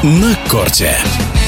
На корте.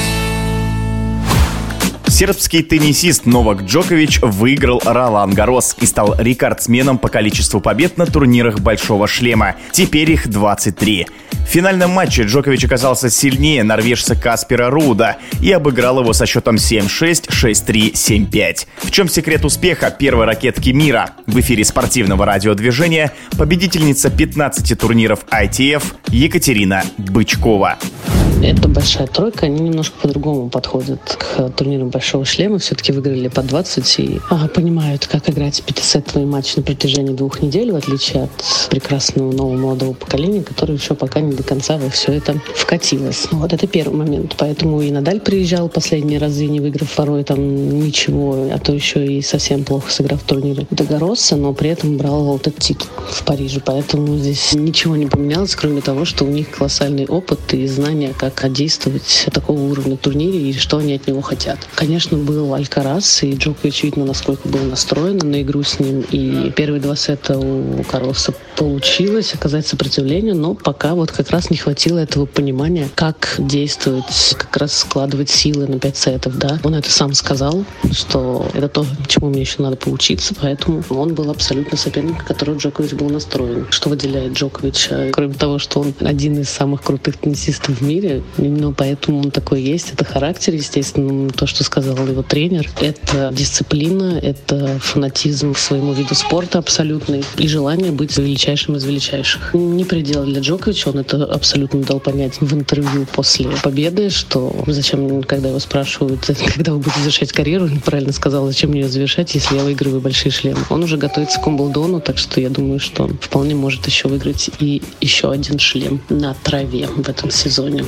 Сербский теннисист Новак Джокович выиграл Ролан-Гаррос и стал рекордсменом по количеству побед на турнирах «Большого шлема». Теперь их 23. В финальном матче Джокович оказался сильнее норвежца Каспера Руда и обыграл его со счетом 7-6, 6-3, 7-5. В чем секрет успеха первой ракетки мира? В эфире спортивного радиодвижения победительница 15 турниров ITF Екатерина Бычкова. Это большая тройка, они немножко по-другому подходят к турнирам «Большого шлема». Все-таки выиграли по 20 и понимают, как играть пятисетовый матч на протяжении 2 недель, в отличие от прекрасного нового молодого поколения, которое еще пока не до конца во все это вкатилось. Вот это первый момент. Поэтому и Надаль приезжал последние разы, не выиграв порой там ничего, а то еще и совсем плохо сыграв в турнире до Гарроса, но при этом брал этот титул в Париже. Поэтому здесь ничего не поменялось, кроме того, что у них колоссальный опыт и знания, как действовать в такого уровня турнире и что они от него хотят. Конечно, был Алькарас, и Джокович видно, насколько был настроен на игру с ним. И первые 2 сета у Карлоса получилось оказать сопротивление, но пока вот как раз не хватило этого понимания, как действовать, как раз складывать силы на 5 сетов. Да? Он это сам сказал, что это то, чему мне еще надо поучиться, поэтому он был абсолютно соперником, которого Джокович был настроен. Что выделяет Джоковича, кроме того, что он один из самых крутых теннисистов в мире, именно поэтому он такой есть. Это характер, естественно, то, что сказал его тренер. Это дисциплина, это фанатизм к своему виду спорта абсолютный и желание быть величайшим из величайших. Не предел для Джоковича, он это абсолютно дал понять в интервью после победы, что зачем, когда его спрашивают, когда вы будете завершать карьеру, он правильно сказал, зачем мне ее завершать, если я выигрываю большие шлемы. Он уже готовится к Уимблдону, так что я думаю, что он вполне может еще выиграть и еще один шлем на траве в этом сезоне.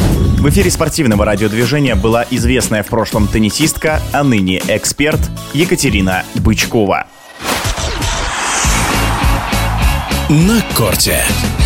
В эфире спортивного радиодвижения была известная в прошлом теннисистка, а ныне эксперт Екатерина Бычкова. На корте.